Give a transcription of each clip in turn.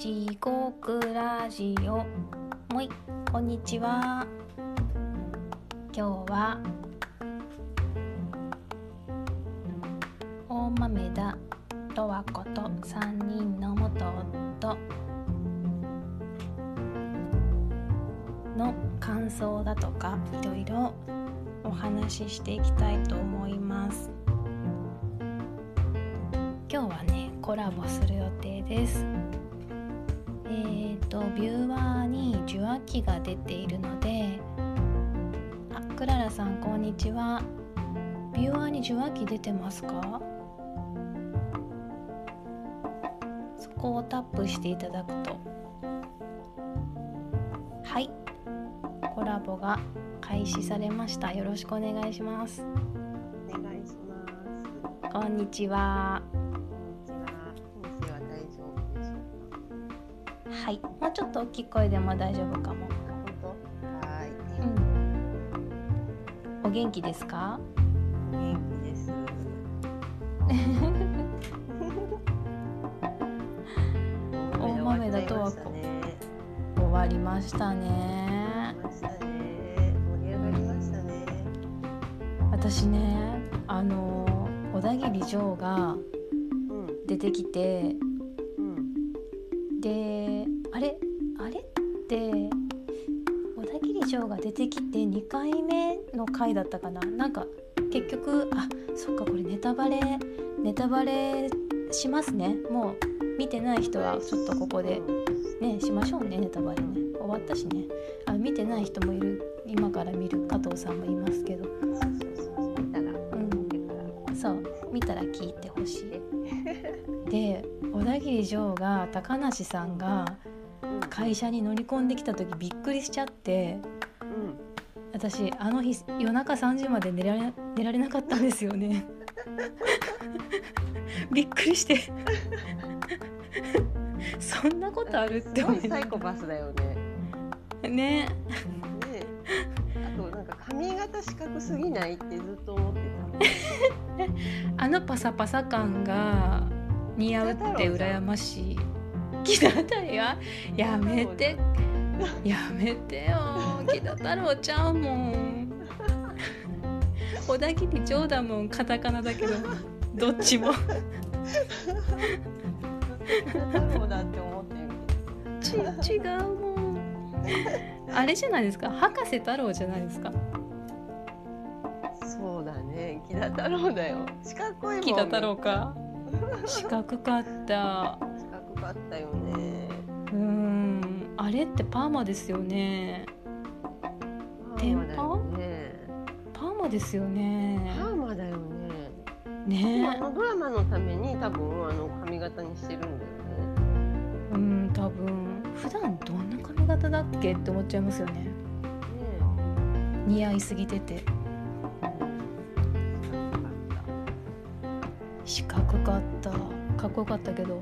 四国ラジオもいこんにちは。今日は大豆田とわこと3人の元夫の感想だとかいろいろお話ししていきたいと思います。今日はねコラボする予定です。ビューワーに受話器が出ているので、クララさんこんにちは。ビューワーに受話器出てますか？そこをタップしていただくと、はい、コラボが開始されました。よろしくお願いします。 お願いします。 こんにちは。はい、もうちょっと大きい声でも大丈夫かも。 本当？はい。 お元気ですか？ 元気です。 大豆だとは終わりましたね。 盛り上がりましたね。 私ね、小田切丈が出てきて、で、あれって小田切丈が出てきて2回目の回だったかな。なんか結局そっか、これネタバレしますね。もう見てない人はちょっとここでねしましょうね。ネタバレね終わったしね。見てない人もいる。今から見る加藤さんもいますけど、そう見たら聞いてほしい。で、小田切丈が高梨さんが会社に乗り込んできた時びっくりしちゃって、私あの日夜中3時まで寝られなかったんですよね。びっくりしてそんなことあるって思すごいサイコパスだよね。 ね。 あとなんか髪型四角すぎないってずっと思ってた。 あのパサパサ感が似合うって羨ましい。木田太郎やめてよ、木田太郎ちゃうもん。小田切丈だもん、カタカナだけどどっちも太郎だって思ってる。 違うもん。あれじゃないですか、博士太郎じゃないですか。 そうだね、木田太郎だよ。四角いもんね。 木田太郎か。四角かった。 四角かったよね。 あれってパーマですよね。テンパーマですよね。 パーマだよね。 ね。 ドラマのために多分髪型にしてるんだよね。多分普段どんな髪型だっけって思っちゃいますよね。似合いすぎてて。四角かった。かっこよかったけど。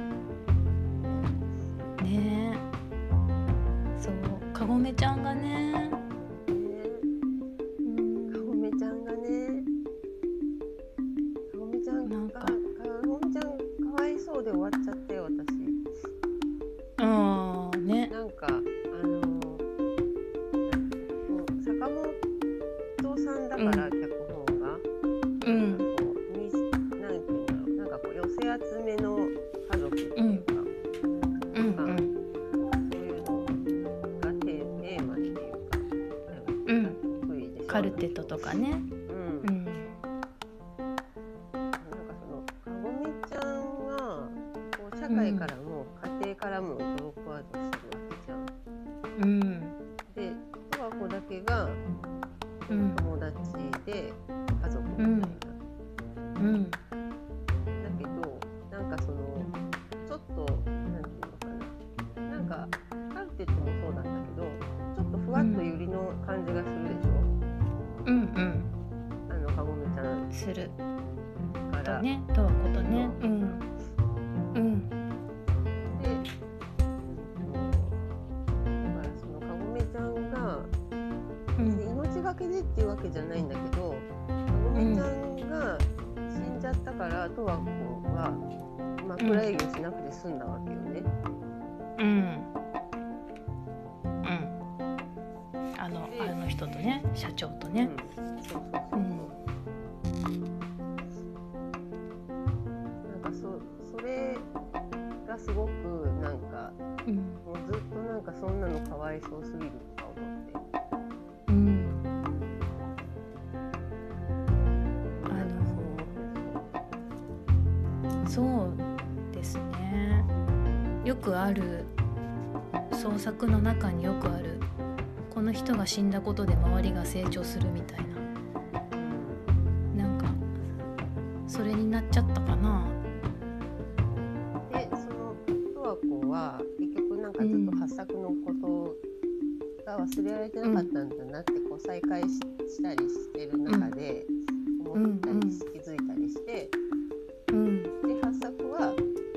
ねえ。そう、かごめちゃんがね。 かごめちゃんかわいそうで終わっちゃって私。 ね。 なんか坂本さんだから脚本が。寄せ集めの家族っていうか、そういうのがテーマっていうか、得意でしょ。 カルテットとかね。 なんかそのかごめちゃんはこう社会からも家庭からもドロップアウトしてるわけじゃん。で、十和子だけが友達で家族みたいな。ちょっとなんていうのかな、なんかカルテットもそうなんだけど、ちょっとふわっとユリの感じがするでしょ。かごめちゃんするからね、とはことね。 で、だからそのかごめちゃんが命がけでっていうわけじゃないんだけど、かごめちゃんが死んじゃったから十和子は枕営業しなくて済んだわけよね。 うんうんあの人とね、社長とね、 そうなんかそれがすごくなんか、もうずっとなんかそんなのかわいそうすぎるとか思って、 そうですね。よくある創作の中によくある、この人が死んだことで周りが成長するみたいな、なんかそれになっちゃったかな。 でその十和子は結局なんかずっと八作のことが忘れられてなかったんだなってこう再会したりしてる中で思ったり気づいたりして、で八作は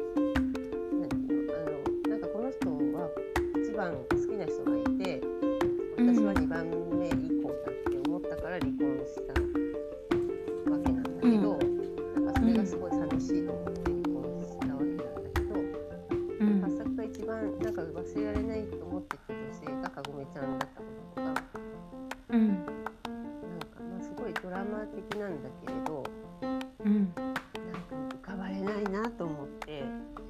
なんかこの人は一番好きな人がいて、私は2番目以降だって思ったから離婚したわけなんだけど、なんかそれがすごい寂しいと思って離婚したわけなんだけど、八作が一番なんか忘れられないと思ってた女性がかごめちゃんだったこととか、なんかまあすごいドラマ的なんだけれど、なんか浮かばれないなと思って、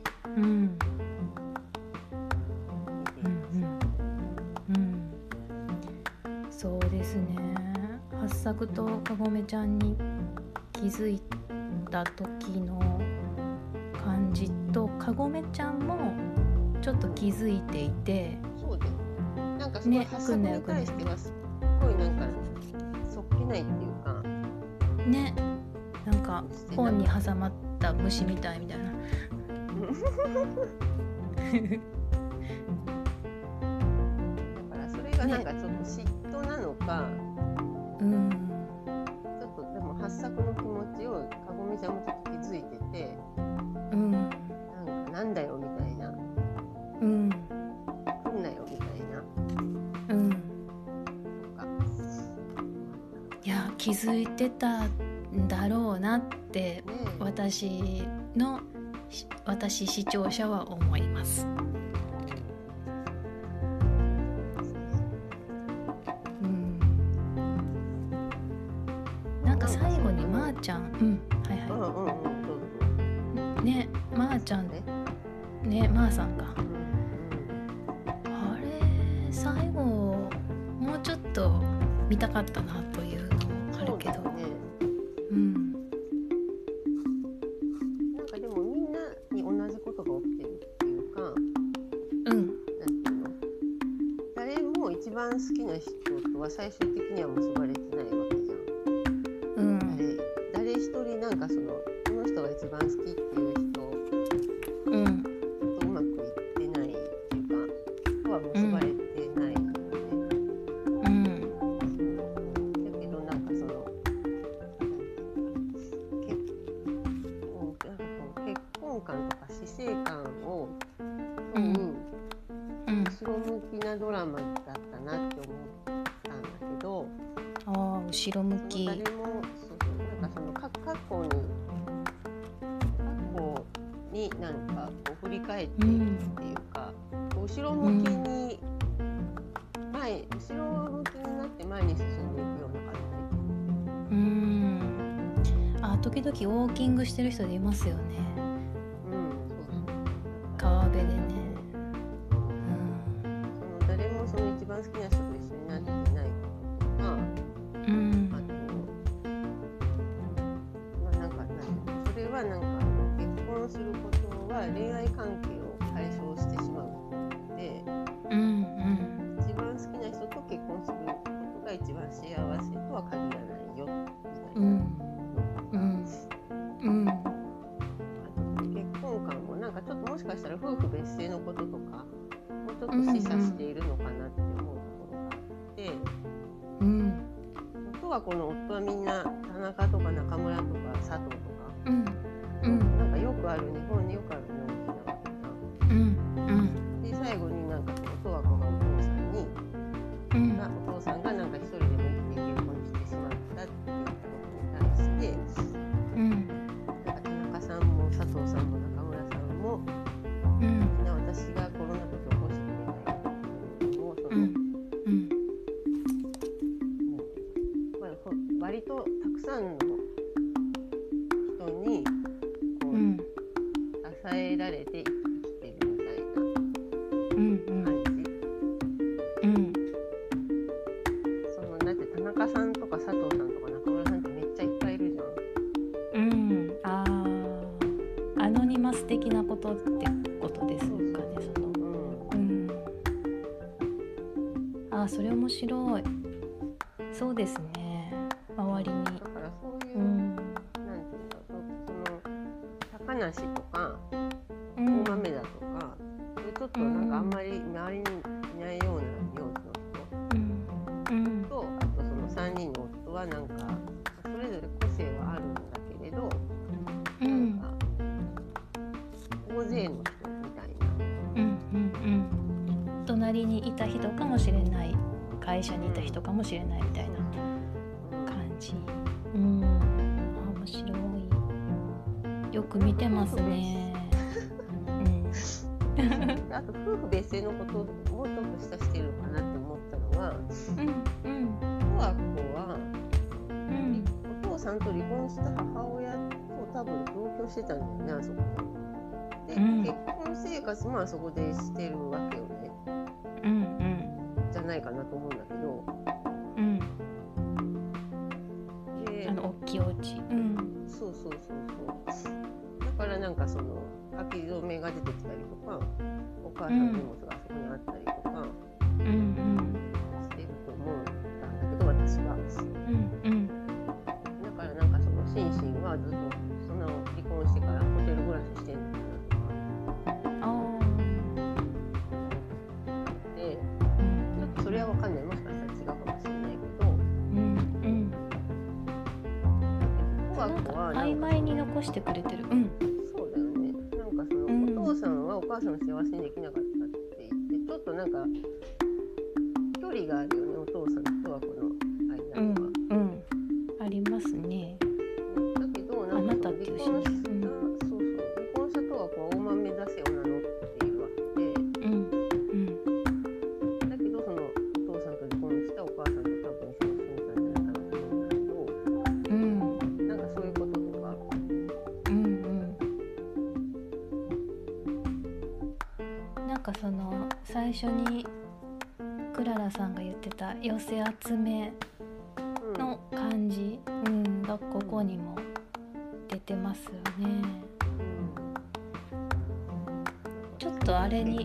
そうですね。八作とかごめちゃんに気づいた時の感じと、かごめちゃんもちょっと気づいていて、 そうだよ。なんかすごい八作に対してはすごいなんかそっけないっていうかね、なんか本に挟まった虫みたいみたいなだからそれがなんかちょっと嫉妬なのか、ちょっとでも八作の気持ちをかごめちゃんもちょっと気づいてて、なんかなんだよみたいな、来んなよみたいな、 いや気づいてたんだろうなって、私視聴者は思います。なんか最後にまーちゃん、ね、まーちゃんね、まーさんか、あれ最後もうちょっと見たかったなというのもあるけど、 なんかでもみんなに同じことが起きてるっていうか、なんていうの、誰も一番好きな人とは最終的には結ばれてないわけじゃん。誰一人なんかこの人が一番好きっていう人とうまくいってないっていうか、とは結ばれてないよね。だけどなんか結婚観とか死生観を問う後ろ向きなドラマだったなって思ったんだけど、 後ろ向き、 誰もなんか過去になんかこう振り返っていくっていうか、後ろ向きになって前に進んでいくような感じ。 時々ウォーキングしてる人でいますよね。川辺でね。 誰もその一番好きな人と一緒になっていないこととか、それはなんか結婚することは恋愛関係を解消してしまうので、一番好きな人と結婚することが一番幸せとは限らないよみたいな。結婚観もなんかちょっともしかしたら夫婦別姓のこととかもうちょっと示唆しているのかなって思うところがあって、元はこの夫はみんな田中とか中村とか佐藤とか、なんかよくある日本によくある名字なわけだ。で最後になんか元は子がお父さんに、お父さんがなんか一人でも生きて結婚してしまったっていうことに対して、なんか田中さんも佐藤さんも中村さんも、みんな私がコロナとさんの人にこう、支えられて生きてるみたいな感じ、そのだって田中さんとか佐藤さんとか中村さんってめっちゃいっぱいいるじゃん。 アノニマス的なことってことですかね。それ面白い。そうですね、周りに。 だからそういう、なんていうの、その高梨とか大豆だとか、ちょっとなんかあんまり周りにいないような名字の人と、あとその3人の夫はなんかそれぞれ個性はあるんだけれど、なんか大勢の人みたいな、 隣にいた人かもしれない、会社にいた人かもしれないみたいな感じ。面白い。よく見てますね。 あと夫婦別姓のことをもうちょっと示唆してるのかなって思ったのは、十和子は、お父さんと離婚した母親と多分同居してたんだよね、あそこで。結婚生活もあそこでしてるわけよね。じゃないかなと思うんだけど。で、 大きいお家。 そう。だからなんかその書き初めが出てきたりとか、お母さんの荷物があそこにあったりとかしてると思うんだけど、私は。だからなんかそのシンシンはずっとその離婚してからホテル暮らししてるのかなとか。で、ちょっとそれはわかんない。もしかしたら違うかもしれないけど、 なんか曖昧に残してくれてる。 そうだよね。なんかその、お父さんはお母さんを幸せにできなかったって言って、ちょっとなんか距離があるよね、お父さんとはこの間には。 ありますね。 だけどなんか離婚した離婚したとはこう大豆田姓を名乗っているわけで、だけどそのお父さんと離婚したお母さんと多分一緒に住んだんじゃないかなと思うんだけど、なんかそういうこととか。 なんかその最初にクララさんが言ってた寄せ集めの感じ、がここにも出てますよね。ちょっとあれに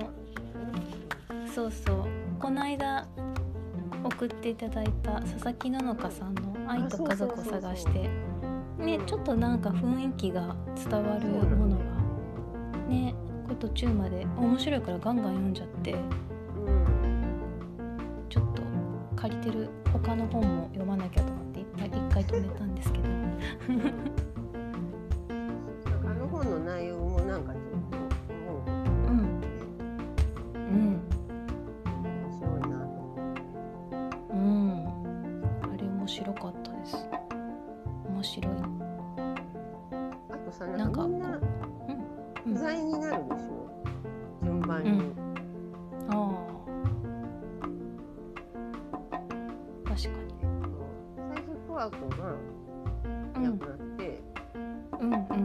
この間送っていただいた佐々木ののかさんの愛と家族を探してね、ちょっとなんか雰囲気が伝わるものがね、これ途中まで面白いからガンガン読んじゃって、ちょっと借りてる他の本も読まなきゃと思って一回止めたんですけどあの本の内容もなんかちょっと思うことがあって面白いなと思って。 あれ面白かったです。面白い。 あとさ、なんかみんな不在になるでしょ、順番に。 確かに。 最初十和子がいなくなって、でか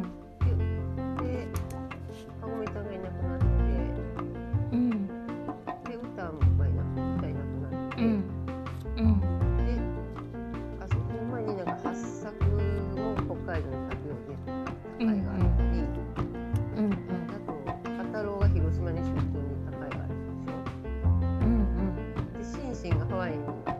ごめちゃんがいなくなって、で歌がいなくなって、でその前になんか8作も北海道に旅を出てた会があったり、あと片郎が広島に出張に行った会があるでしょ。でシンシンがハワイに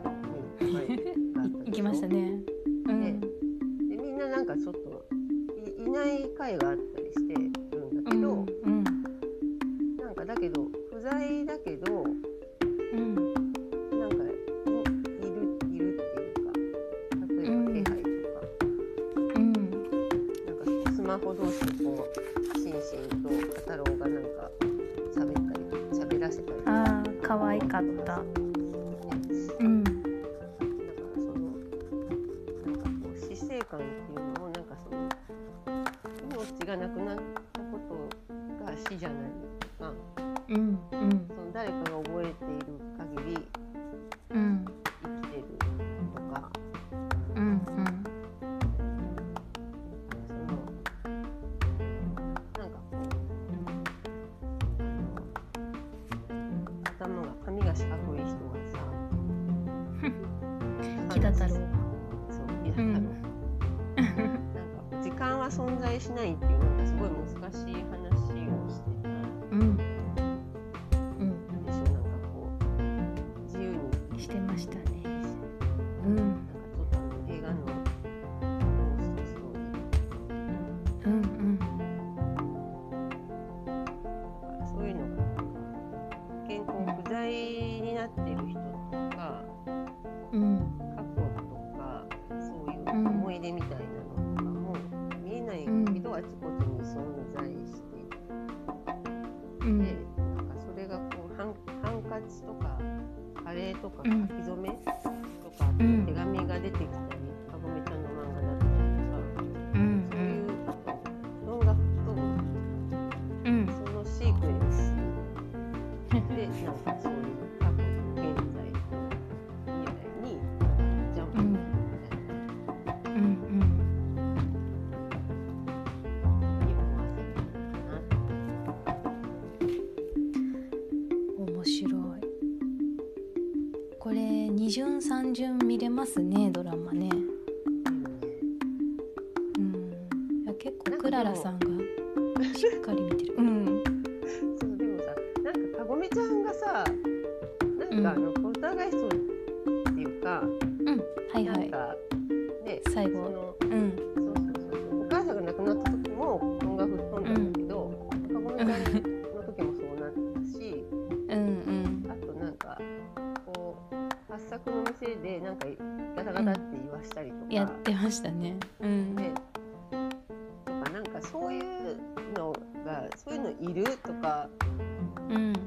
行きましたね。 でみんななんかちょっと いない会があったりしてるんだけど、なんかだけど不在だけど、なんかいるっていうか、例えば気配とか、なんかスマホ同士でこうシンシンと片郎がなんか喋らせたりとか。 可愛かった。 感っていうのもなんかその命がなくなったことが死じゃないとか、その誰かが覚えている限り生きてるとか、 木田太郎。 そう木田太郎、なんか時間は存在しないっていうなんかすごい難しい話をしてた。でしょ、なんかこう自由にしてましたね。 なんかちょっと映画のゴーストストーリー。だからそういうのが健康不在になっている人とか、過去とかそういう思い出みたいなのとかも見えないけどあちこちに存在していて、なんかそれがこうハンカチとかカレーとか書き初めとか手紙が出てきたり、かごめちゃんの漫画だったりとか、そういうあと音楽とそのシークエンスでなんかそういう過去と現在と未来にジャンプみたいな、に思わせてるかな。 面白い。これ2巡3巡見れますね、ドラマね。いや結構クララさんがしっかり見てる。 そうでもさ、なんかかごめちゃんがさ、なんかポルターガイストっていうか、なんかね、 最後そうお母さんが亡くなった時も音が吹っ飛んだんだけど、かごめちゃんの時もそうなったし、あとなんかこう八作の店でなんかガタガタって言わしたりとか、 やってましたね。 ね、とかなんかそういうのがそういうのいるとか思って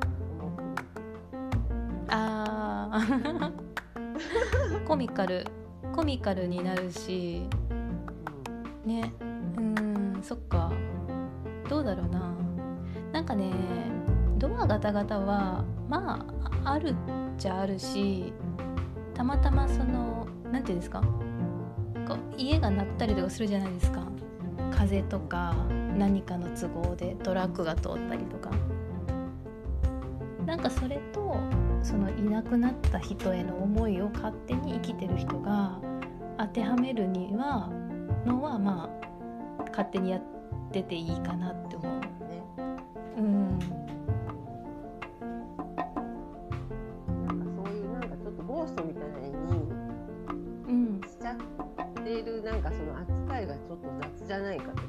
コミカルになるし、ね、そっか、どうだろうな。なんかね、ドアガタガタはまああるっちゃあるし、たまたまそのなんていうんですか、こう家が鳴ったりとかするじゃないですか。風とか何かの都合でトラックが通ったりとか、なんかそれとそのいなくなった人への思いを勝手に生きてる人が当てはめるにはまあ勝手にやってていいかなって思う。 なんかそういうなんかちょっとゴーストみたいにしちゃっている、なんかその扱いがちょっと雑じゃないかとか。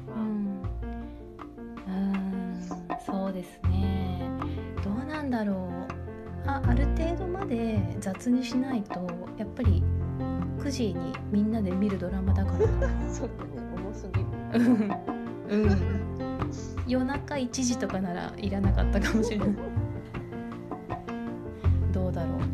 そうですね。どうなんだろう。ある程度まで雑にしないとやっぱり9時にみんなで見るドラマだからかな。 そうだね、重すぎる。 夜中1時とかならいらなかったかもしれない。どうだろう。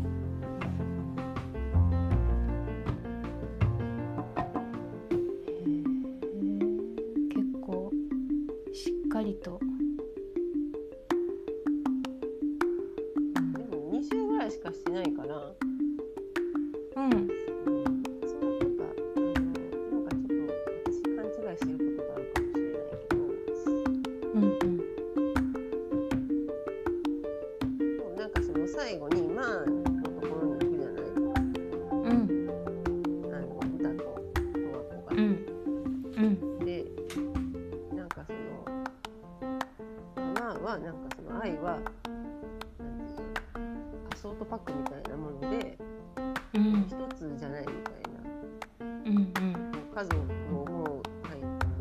結構しっかりと。 でも2週ぐらいしかしてないから。そうなんかなんかちょっと私勘違いしてることがあるかもしれないけど。なんかその最後にマーのところに行くじゃない。歌とトワコが。で、なんかそのマーはなんかその愛はアソートパックみたいなもので、一つじゃないみたいな。家族を思う愛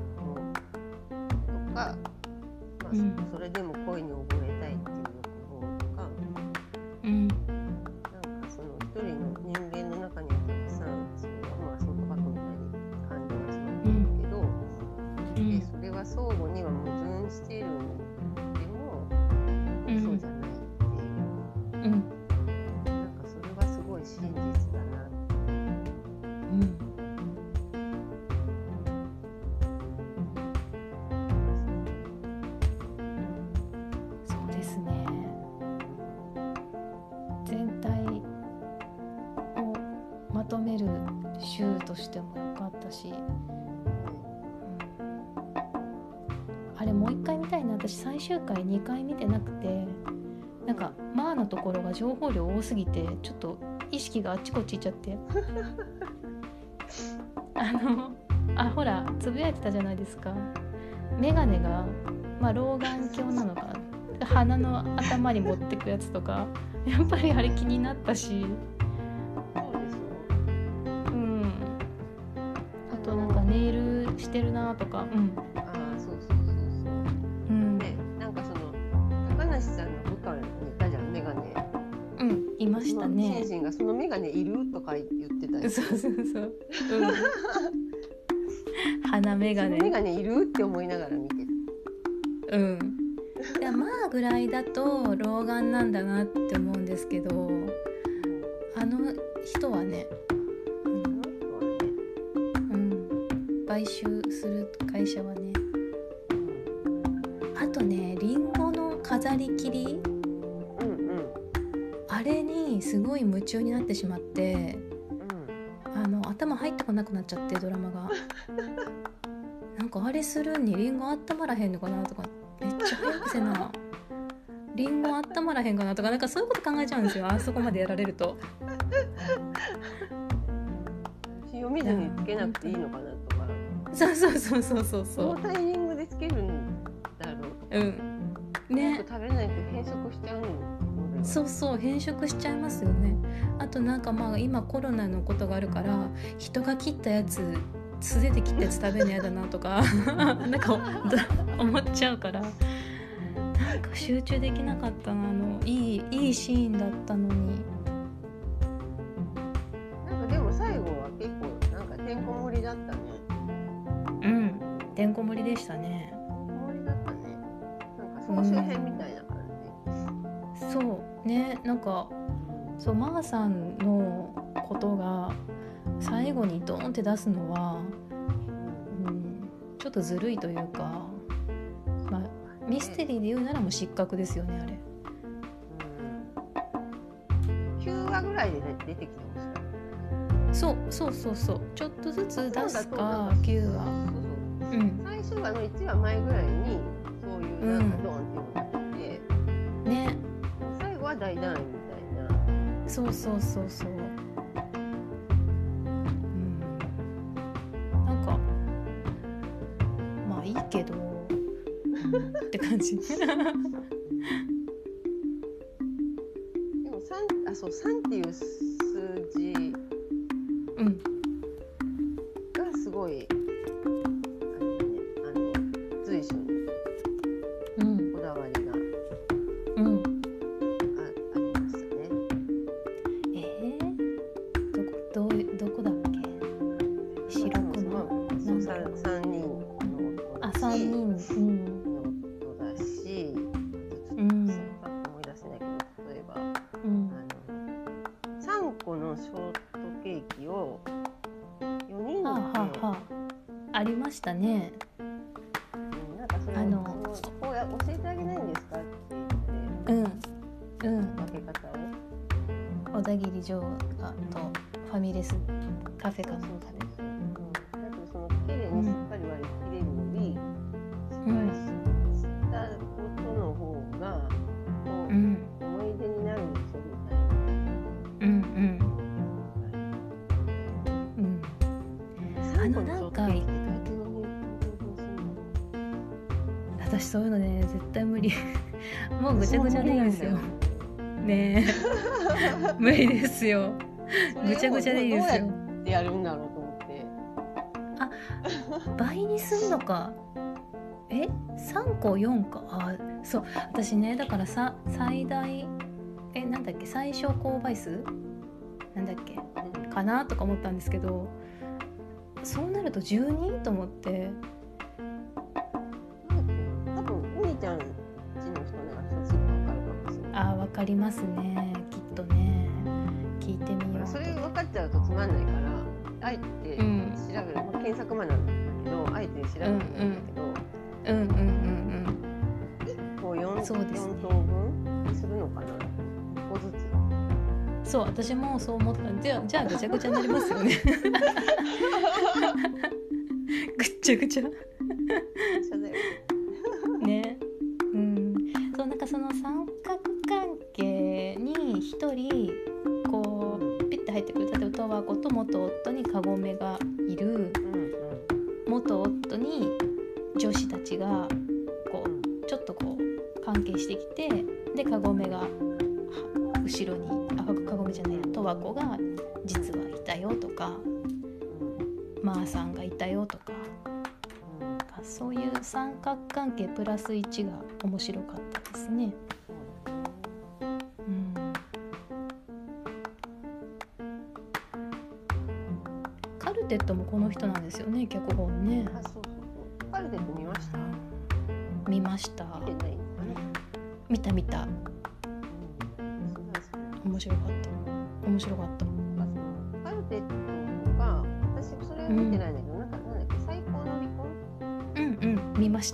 とか、それでも恋に溺れたいっていう欲望とか、なんかその一人の人間の中にはたくさんそのアソートパックみたいに感情が詰まっているけど、でそれは相互には矛盾しているんでも、そうじゃないっていう、なんかそれはすごい真実だなって。 そうですね。全体をまとめる週としても良かったし、あれもう一回見たいな。私最終回2回見てなくて、なんかマーのところが情報量多すぎてちょっと意識があっちこっち行っちゃってほらつぶやいてたじゃないですか。メガネが、老眼鏡なのかな、鼻の頭に持ってくやつとかやっぱりあれ気になったし、あとなんかネイルしてるなとか、 そうね、なんかその高梨さんの部下にいたじゃん、メガネ。 いましたね。 シンシンがそのメガネいるとか言ってたよ。 そう、鼻メガネ。 そのメガネいるって思いながら見てた。 いやぐらいだと老眼なんだなって思うんですけど、あの人はね、買収する会社はね、あとね、リンゴの飾り切り、あれにすごい夢中になってしまって、頭入ってこなくなっちゃって、ドラマがなんかあれするにリンゴ温まらへんのかなとか、めっちゃ早くせなリンゴ温まらへんかなとか、なんかそういうこと考えちゃうんですよ、あそこまでやられると。 塩水につけなくていいのかなとか。 そうそのタイミングでつけるんだろうとか、ね、食べないと変色しちゃうの。 そう変色しちゃいますよね。あとなんか今コロナのことがあるから、人が切ったやつ、素手で切ったやつ食べるのやだなとかなんか思っちゃうから、なんか集中できなかったな。いいシーンだったのに。 なんかでも最後は結構なんかてんこ盛りだったね。 てんこ盛りでしたね。 盛りだったね。なんか総集編みたいな感じ。 そうね、なんかマーさんのことが最後にドーンって出すのは、ちょっとずるいというか、ミステリーで言うならもう失格ですよね、あれ。 9話ぐらいで出てきてました。 そうちょっとずつ出すか、9話。 最初は1話前ぐらいにそういうなんかドーンっていうのが出て、 ね、 最後は大団円みたいな。 そうなんかいいけどって感じでも3っていう数字がすごい随所にこだわりがありましたね。 どこだっけ？白くの 3人の 3人の夫だし、思い出せないけど、例えば3個のショートケーキを4人でありましたね。 なんかこう教えてあげないんですかって言って、分け方を小田切城とファミレスカフェかなんかで、 なんかその綺麗にしっかり割り切れるより、失敗したことの方が思い出になるんですよみたいな。 なんか私そういうのね絶対無理もうぐちゃぐちゃでいいんですよねえ無理ですよ。ぐちゃぐちゃでいいですよ。 どうやってやるんだろうと思って。 倍にするのか。3個4か。そう私ね、だから最大なんだっけ、最小公倍数なんだっけかなとか思ったんですけど、そうなると12と思って。 多分うにちゃんちの人ならすぐ分かるかもしれない。 分かりますね、きっとね。聞いてみよう。 それ分かっちゃうとつまんないから、あえて調べる、検索マナーなんだけど、あえて調べるんだけど、1個 4等分にするのかな、1個ずつ。 そう、私もそう思った。じゃあぐちゃぐちゃになりますよねぐっちゃぐちゃね。そう、なんかその三角関係に一人こう十和子と元夫にカゴメがいる、元夫に女子たちがこうちょっとこう関係してきて、でカゴメが後ろにカゴメじゃないや十和子が実はいたよとか、マーさんがいたよとか、そういう三角関係プラス1が面白かったですね。カルテットもこの人なんですよね、脚本ね。 そうそうそう。カルテット見ました？ 見ました。 見てない？ 見た。面白かった。 カルテットが私それ見てないんだけど、なんだっけ、最高の離婚？ 見ました。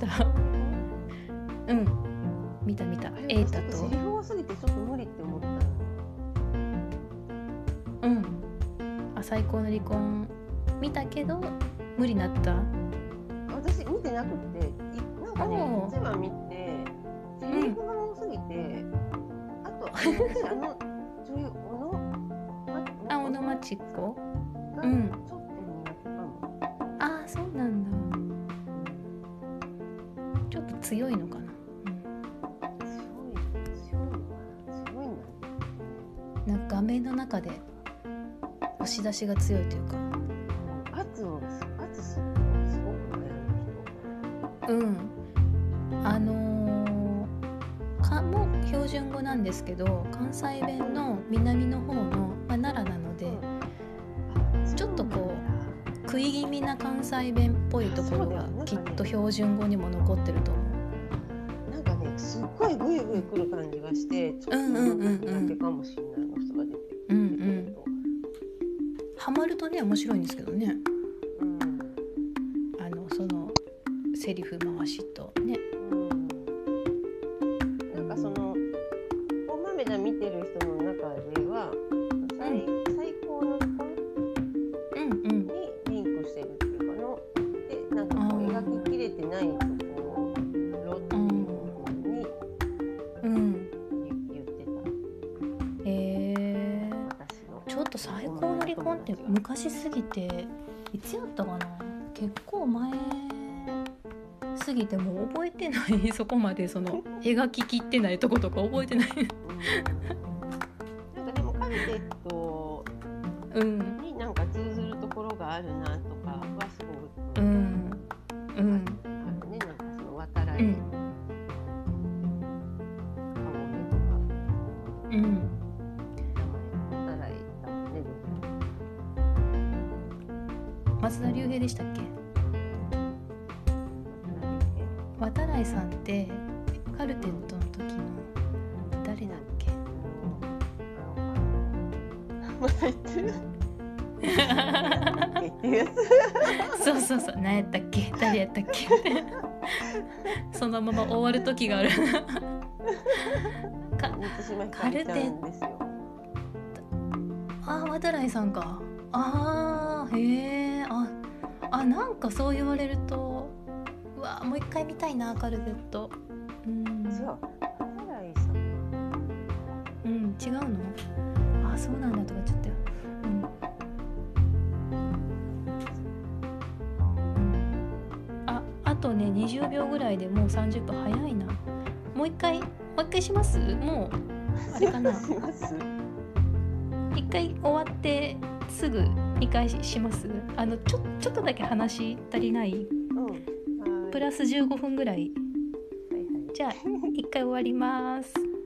見た。エータと。 セリフ多すぎてちょっと無理って思った。 最高の離婚見たけど無理になった。 私見てなくて、なんかね、一番見てセリフが多すぎて、あと私女優小野真知子がちょっと苦手かも。 そうなんだ。ちょっと強いのかな。強いんだね。なんか画面の中で押し出しが強いというか。 圧すごくね、 もう標準語なんですけど、関西弁の南の方の、奈良なので、ちょっとこう食い気味な関西弁っぽいところがきっと標準語にも残ってると思う。 なんかね、すっごいグイグイ来る感じがして、ちょっと苦手かもしれないの人が出てくると。 ハマるとね面白いんですけどね。そのセリフ回しとね。 なんかその大豆田見てる人の中では、最高の離婚にリンクしてるっていうかので、なんかこう描ききれてないところっていうふうに言ってた。 ちょっと最高の離婚って昔すぎて、いつやったかな。結構前すぎてもう覚えてない。そこまでその描ききってないとことか覚えてない。 なんかでもカルテットになんか通ずるところがあるなとかはすごくあるね。なんかその渡来、カゴメとか、渡来だもんね。 松田龍平でしたっけ？渡来さんってカルテットの時の誰だっけ？ まだ言ってる？言ってるやつ。そう。何やったっけ？誰やったっけ？そのまま終わる時がある。カルテット。渡来さんか。なんかそう言われると、うわもう一回見たいな、カルテット。 そう、渡来さん。 違うの？そうなんだとかちょっと。あとね20秒ぐらいでもう30分。早いな。もう一回します？もうあれかな。一回終わってすぐ2回します？ちょっとだけ話足りない？プラス15分ぐらい。じゃあ1回終わります。